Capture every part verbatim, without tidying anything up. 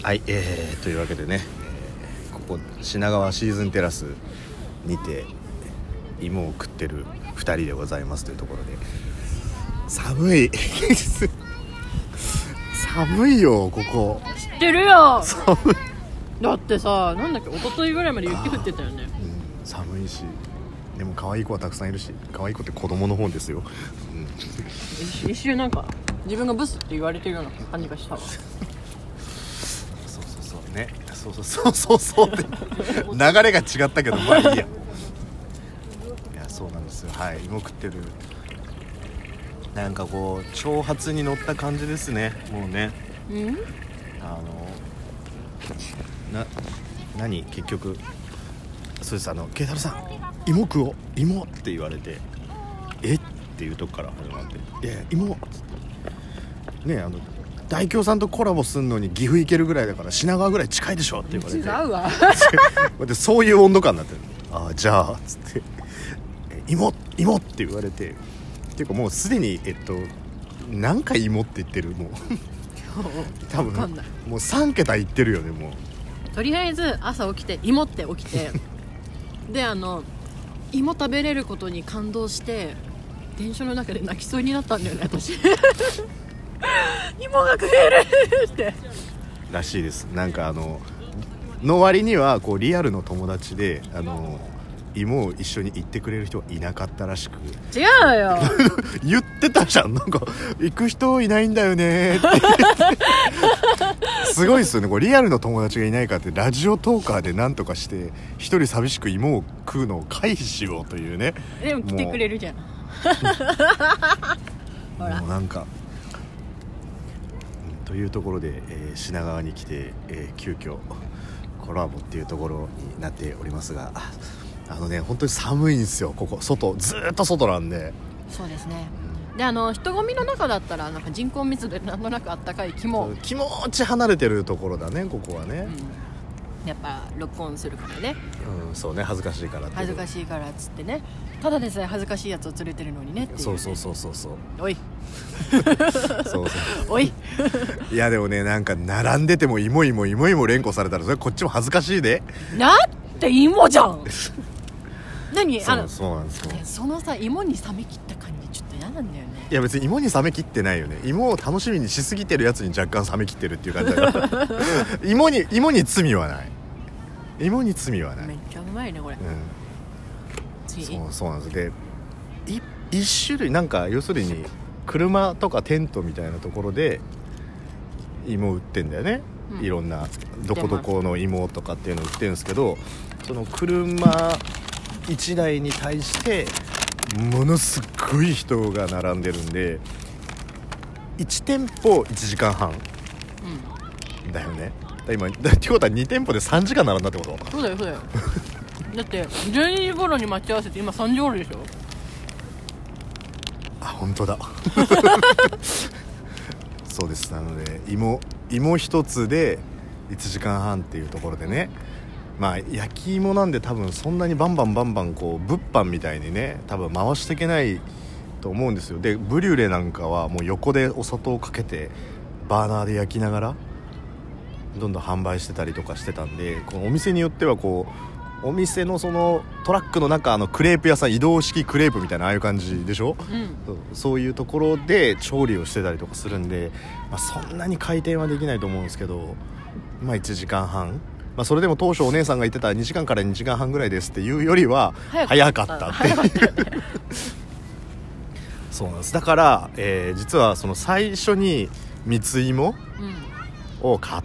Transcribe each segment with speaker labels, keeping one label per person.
Speaker 1: はい、えー、というわけでね、えー、ここ品川シーズンテラスにて芋を食ってるふたりでございますというところで、寒い寒いよここ。
Speaker 2: 知ってるよ。
Speaker 1: 寒い。
Speaker 2: だってさ、なんだっけ、一昨日ぐらいまで雪降ってたよね。
Speaker 1: うん、寒いし、でも可愛い子はたくさんいるし、可愛い子って子供の方ですよ、うん、
Speaker 2: 一瞬なんか自分がブスって言われてるような感じがしたわ
Speaker 1: そうそうそうね、そうそうそうそうそうって流れが違ったけど、まあいいや。いや、そうなんですよ。はい、芋食ってる。なんかこう長髪に乗った感じですね、もうね。
Speaker 2: うん、
Speaker 1: あのな何結局そうです。あの慶太郎さん芋食おう芋って言われて、えっていうとこから始まって、いや芋っつってね、あの大京さんとコラボすんのに岐阜行けるぐらいだから品川ぐらい近いでしょって言われて、
Speaker 2: 違うわ
Speaker 1: でそういう温度感になってる。ああじゃあっつって芋芋って言われて、っていうかもうすでにえっと何回芋って言ってる、もう多分
Speaker 2: 分かんない、
Speaker 1: もうさん桁言ってるよね。もう
Speaker 2: とりあえず朝起きて芋って起きてで、あの芋食べれることに感動して電車の中で泣きそうになったんだよね私芋が食えるって
Speaker 1: らしいです。なんかあのの割にはこうリアルの友達であの芋を一緒に行ってくれる人はいなかったらしく、
Speaker 2: 違うよ
Speaker 1: 言ってたじゃん、なんか行く人いないんだよねってすごいっすよね、こうリアルの友達がいないかってラジオトーカーでなんとかして一人寂しく芋を食うのを回避しようというね。
Speaker 2: でも来てくれるじゃんほら
Speaker 1: もうなんかというところで、えー、品川に来て、えー、急遽コラボっていうところになっておりますが、あのね本当に寒いんですよここ。外ずーっと外なんで。
Speaker 2: そうですね、うん、であの人混みの中だったらなんか人口密度でなんとなくあったかい気も
Speaker 1: 気持ち離れてるところだねここはね、
Speaker 2: うん、やっぱロックオンするからね、
Speaker 1: うん、そうね、恥ずかしいからって
Speaker 2: 恥ずかしいからっつってね、ただでさえ恥ずかしいやつを連れてるのにねっていうね。
Speaker 1: そうそうそうそうそう
Speaker 2: おい
Speaker 1: そうそう
Speaker 2: おい
Speaker 1: いやでもね、なんか並んでても芋芋芋芋連呼されたらそれこっちも恥ずかしいで。
Speaker 2: だって芋じゃん何あの
Speaker 1: そうなんですよ。
Speaker 2: そのさ芋に冷めきった感じちょっと嫌なんだよね。
Speaker 1: いや別に芋に冷めきってないよね。芋を楽しみにしすぎてるやつに若干冷めきってるっていう感じだから芋に芋に罪はない。芋に罪はない。
Speaker 2: めっちゃうまいねこれ、
Speaker 1: うん、
Speaker 2: 次
Speaker 1: そうそうなんです。でい一種類なんか要するに車とかテントみたいなところで芋売ってんだよね、うん、いろんなどこどこの芋とかっていうの売ってるんですけど、その車いちだいに対してものすごい人が並んでるんでいち店舗いちじかんはん、うん、だよね。だ今だってことはに店舗でさんじかん並んだってこと？
Speaker 2: そうだよそうだよだってじゅうにじ頃に待ち合わせて今さんじおるでしょ。
Speaker 1: あ、本当だそうです。なので芋芋一つでいちじかんはんっていうところでね、まあ焼き芋なんで多分そんなにバンバンバンバンこう物販みたいにね多分回していけないと思うんですよ。でブリュレなんかはもう横でお砂糖をかけてバーナーで焼きながらどんどん販売してたりとかしてたんで、このお店によってはこうお店のそのトラックの中あのクレープ屋さん、移動式クレープみたいなああいう感じでしょ、うん、そう、そういうところで調理をしてたりとかするんで、まあ、そんなに回転はできないと思うんですけど、まあいちじかんはん、まあ、それでも当初お姉さんが言ってたにじかんからにじかんはんぐらいですっていうよりは早かったっていうそうなんです。だから、えー、実はその最初に蜜芋を買って、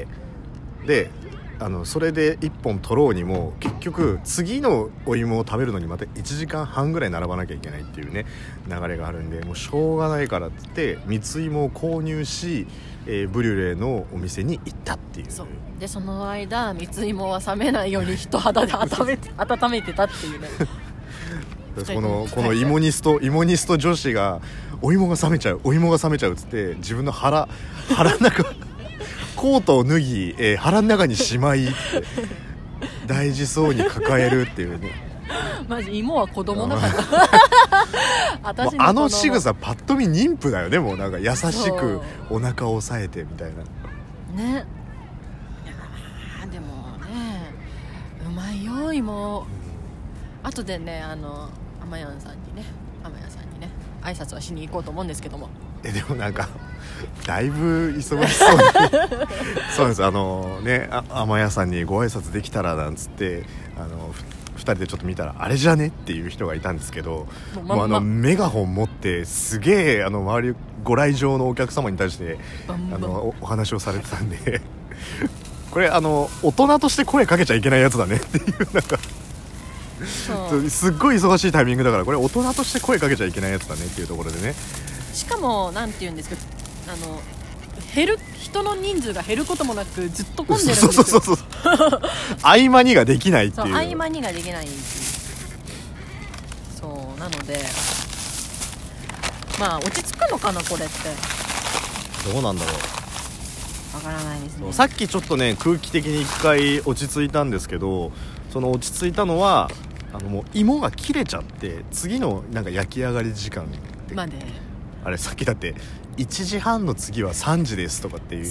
Speaker 1: であのそれでいっぽん取ろうにも結局次のお芋を食べるのにまたいちじかんはんぐらい並ばなきゃいけないっていうね流れがあるんで、もうしょうがないからって言って蜜芋を購入し、えー、ブリュレのお店に行ったっていう。
Speaker 2: そうでその間蜜芋は冷めないように人肌で温めて温めてたっていうね
Speaker 1: このこの芋ニスト芋ニスト女子がお芋が冷めちゃうお芋が冷めちゃうっつって自分の腹腹の中コートを脱ぎ、えー、腹の中にしまいって大事そうに抱えるっていうね
Speaker 2: マジ芋は子供だから私の
Speaker 1: あの仕草パッと見妊婦だよね。もうなんか優しくお腹を押さえてみたいな
Speaker 2: ね。 でもねうまいよ芋。あとでねあのあまやんさんにねあまやんさんにね挨拶はしに行こうと思うんですけども、
Speaker 1: えでもなんかだいぶ忙しそうにそうなんです。あのねあ天谷さんにご挨拶できたらなんつってあのふたりでちょっと見たらあれじゃねっていう人がいたんですけど、
Speaker 2: もうまん
Speaker 1: もうあの
Speaker 2: ま
Speaker 1: メガホン持ってすげえあの周りご来場のお客様に対して
Speaker 2: バンバン
Speaker 1: あの お, お話をされてたんでこれあの大人として声かけちゃいけないやつだねっていうなんか
Speaker 2: そう
Speaker 1: すっごい忙しいタイミングだからこれ大人として声かけちゃいけないやつだねっていうところでね。
Speaker 2: しかもなんて言うんですかあの減る人の人数が減ることもなくずっと混んでるんですよ。
Speaker 1: そうそうそうそう合間にができないっていう。
Speaker 2: そう合間にができないっていう。そうなのでまあ落ち着くのかなこれって
Speaker 1: どうなんだろう。
Speaker 2: わからないですね。
Speaker 1: さっきちょっとね空気的に一回落ち着いたんですけど、その落ち着いたのはあのもう芋が切れちゃって次のなんか焼き上がり時間って
Speaker 2: まで
Speaker 1: あれさっきだっていちじはんの次はさんじですとかっていう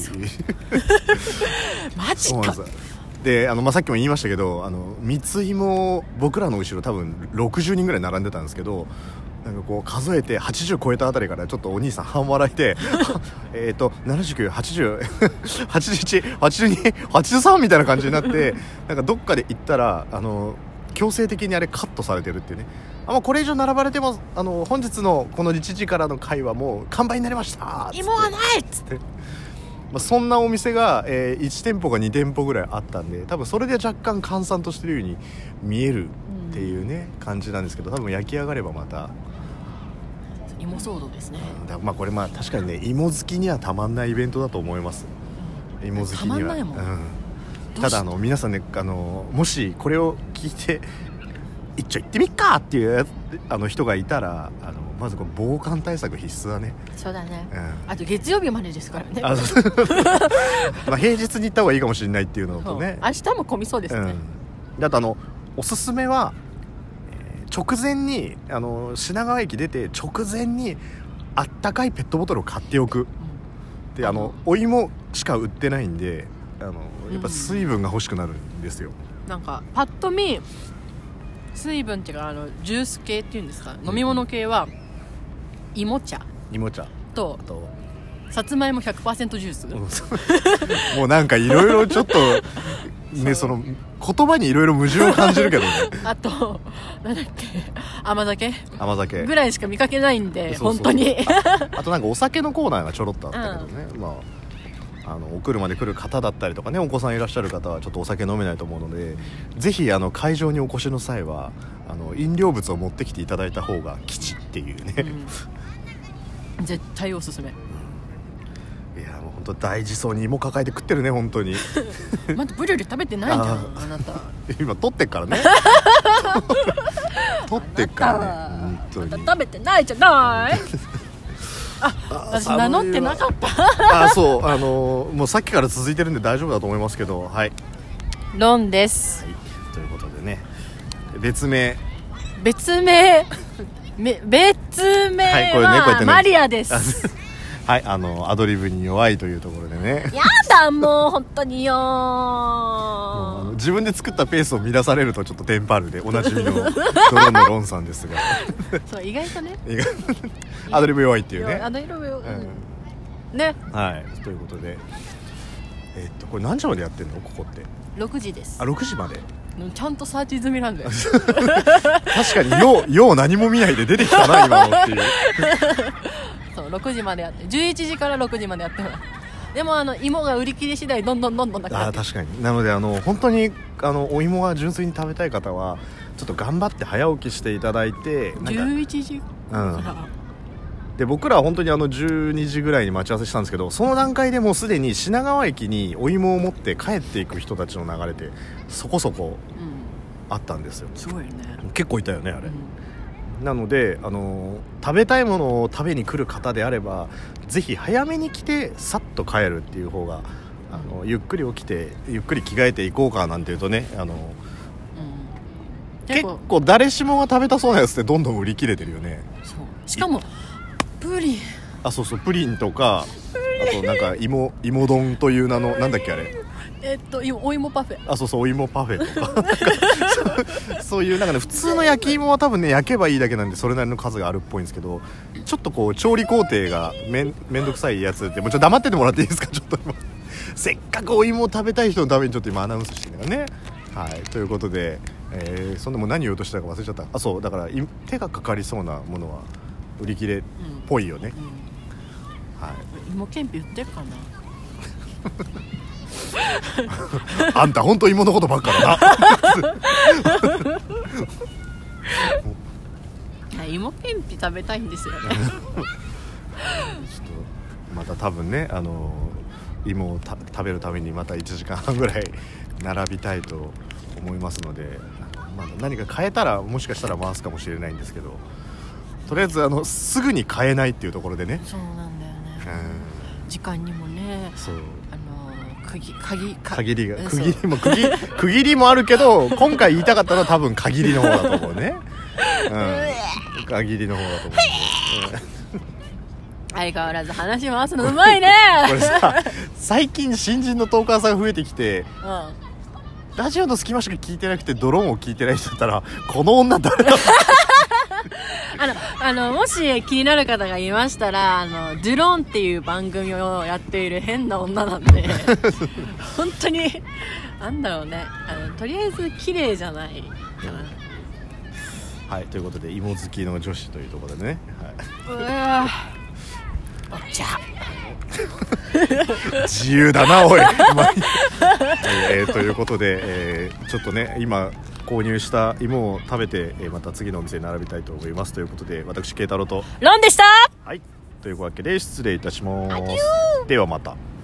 Speaker 2: マジか
Speaker 1: そうなんです。であの、まあ、さっきも言いましたけどあの三つ芋僕らの後ろ多分ろくじゅうにんぐらい並んでたんですけど、なんかこう数えてはちじゅう超えたあたりからちょっとお兄さん半笑いでえっとななじゅうきゅう、はちじゅう、はちじゅういち、はちじゅうに、はちじゅうさんみたいな感じになってなんかどっかで行ったらあの強制的にあれカットされてるっていうね。あもうこれ以上並ばれてもあの本日のこのいちじからの回はもう完売になりました
Speaker 2: 芋がないっつって
Speaker 1: まあそんなお店が、えー、いち店舗かに店舗ぐらいあったんで多分それで若干閑散としてるように見えるっていうね、うん、感じなんですけど多分焼き上がればまた
Speaker 2: 芋騒動ですね、
Speaker 1: うん、だまあこれまあ確かにね芋好きにはたまんないイベントだと思います、うん、芋好きには
Speaker 2: たまんないもん、
Speaker 1: うん、ただあの皆さんねあのもしこれを聞いて一丁行ってみっかっていうあの人がいたらあのまずこの防寒対策必須だね。
Speaker 2: そうだね、
Speaker 1: うん、
Speaker 2: あと月曜日までですからね。
Speaker 1: あまあ平日に行った方がいいかもしれないっていうのとね
Speaker 2: 明日も混みそうですね、
Speaker 1: うん、あとあのおすすめは、えー、直前にあの品川駅出て直前にあったかいペットボトルを買っておく、うん、であのお芋しか売ってないんであのやっぱ水分が欲しくなるんですよ、
Speaker 2: うん、なんかパッと見水分っていうかあのジュース系っていうんですか、飲み物系は芋茶
Speaker 1: 芋茶
Speaker 2: とさつまいも ひゃくパーセント ジュース
Speaker 1: もうなんかいろいろちょっとねその言葉にいろいろ矛盾を感じるけどね
Speaker 2: あとなんだっけ甘酒
Speaker 1: 甘酒
Speaker 2: ぐらいしか見かけないんでそうそう本当に
Speaker 1: あ, あとなんかお酒のコーナーがちょろっとあったけどね、うん、まああのお車で来る方だったりとかねお子さんいらっしゃる方はちょっとお酒飲めないと思うのでぜひあの会場にお越しの際はあの飲料物を持ってきていただいた方が吉っていうね、
Speaker 2: うん、絶対おすすめ。
Speaker 1: いやもう本当大事そうに芋抱えて食ってるね本当に
Speaker 2: まだブリュレ食べてないじゃん あ, あなた
Speaker 1: 今取ってっからね取ってっからね本当に
Speaker 2: まだ食べてないじゃないあ、私名乗ってなかった
Speaker 1: あ、そうあのもうさっきから続いてるんで大丈夫だと思いますけどはい
Speaker 2: ロンです、
Speaker 1: はい、ということでね別名
Speaker 2: 別名め別名は、はいこれねこうやってね、マリアです
Speaker 1: はいあのアドリブに弱いというところでね
Speaker 2: やだもう本当によもう
Speaker 1: あの自分で作ったペースを乱されるとちょっとテンパるでおなじみのドロンのロンさんですが
Speaker 2: そう意外とね
Speaker 1: アドリブ弱いっていうね
Speaker 2: アドリブ弱い、うん、ね
Speaker 1: はいということでえー、っとこれ何時までやってんのここって
Speaker 2: ろくじです。
Speaker 1: あろくじまで
Speaker 2: ちゃんとサーチ済みなんだよ
Speaker 1: 確かにようよう何も見ないで出てきたな今のっていう
Speaker 2: そうろくじまでやってじゅういちじからろくじまでやってます。でもあの芋が売り切れ次第どんどんどんどんなくなって
Speaker 1: あ確かになのであの本当にあのお芋が純粋に食べたい方はちょっと頑張って早起きしていただいてなんか
Speaker 2: じゅういちじから、うん
Speaker 1: で僕らは本当にあのじゅうにじぐらいに待ち合わせしたんですけどその段階でもうすでに品川駅にお芋を持って帰っていく人たちの流れでそこそこあったんですよ、
Speaker 2: うん、すごいよね
Speaker 1: 結構いたよねあれ、
Speaker 2: うん、
Speaker 1: なのであの食べたいものを食べに来る方であればぜひ早めに来てさっと帰るっていう方があのゆっくり起きてゆっくり着替えていこうかなんていうとねあの、うん、結構誰しもが食べたそうなやつってどんどん売り切れてるよね。
Speaker 2: そうしかもプリン
Speaker 1: あそうそうプリンとかあとなんか芋芋丼という名のなんだっけあれ
Speaker 2: えっとお芋パフェ。
Speaker 1: あ、そうそう、お芋パフェとかそうそういうなんかね、普通の焼き芋は多分ね焼けばいいだけなんでそれなりの数があるっぽいんですけど、ちょっとこう調理工程がめんめんどくさいやつって、もうちょっと黙っててもらっていいですか。ちょっと今せっかくお芋を食べたい人のためにちょっと今アナウンスしてるんだからね。はい、ということで、えー、そんなもう何言おうとしたか忘れちゃった。あ、そうだから手がかかりそうなものは売り切れっぽいよね、うんうん、はい、
Speaker 2: 芋けんぴ売ってるかな
Speaker 1: あんた本当芋のことばっかだ
Speaker 2: な芋けんぴ食べたいんですよねちょっと
Speaker 1: また多分ね、あの芋を食べるためにまたいちじかんはんぐらい並びたいと思いますので、まあ、何か変えたらもしかしたら回すかもしれないんですけど、とりあえずあのすぐに買えないっていうところでね。
Speaker 2: そうなんだよね、うん、時間にもね、
Speaker 1: そう、
Speaker 2: あの区切限
Speaker 1: 限りが区切りも区切区切りもあるけど、今回言いたかったのは多分限りの方だと思うね、うん、限りの方だと思う、
Speaker 2: 相変わらず話回すのうまいね
Speaker 1: これさ、最近新人のトーカーさんが増えてきて、うん、ラジオの隙間しか聞いてなくてドローンを聞いてない人だったらこの女誰だ
Speaker 2: あのあのもし気になる方がいましたら、あのドゥローンっていう番組をやっている変な女なんで本当になんだろうね、あのとりあえず綺麗じゃない、
Speaker 1: うん、はい、ということで芋好きの女子というところでね、はい、う
Speaker 2: わお茶
Speaker 1: 自由だなおい、えー、ということで、えー、ちょっとね今購入した芋を食べて、えー、また次のお店に並びたいと思います。ということで私慶太郎と
Speaker 2: ロンでした。
Speaker 1: はい、というわけで失礼いたします。ではまた。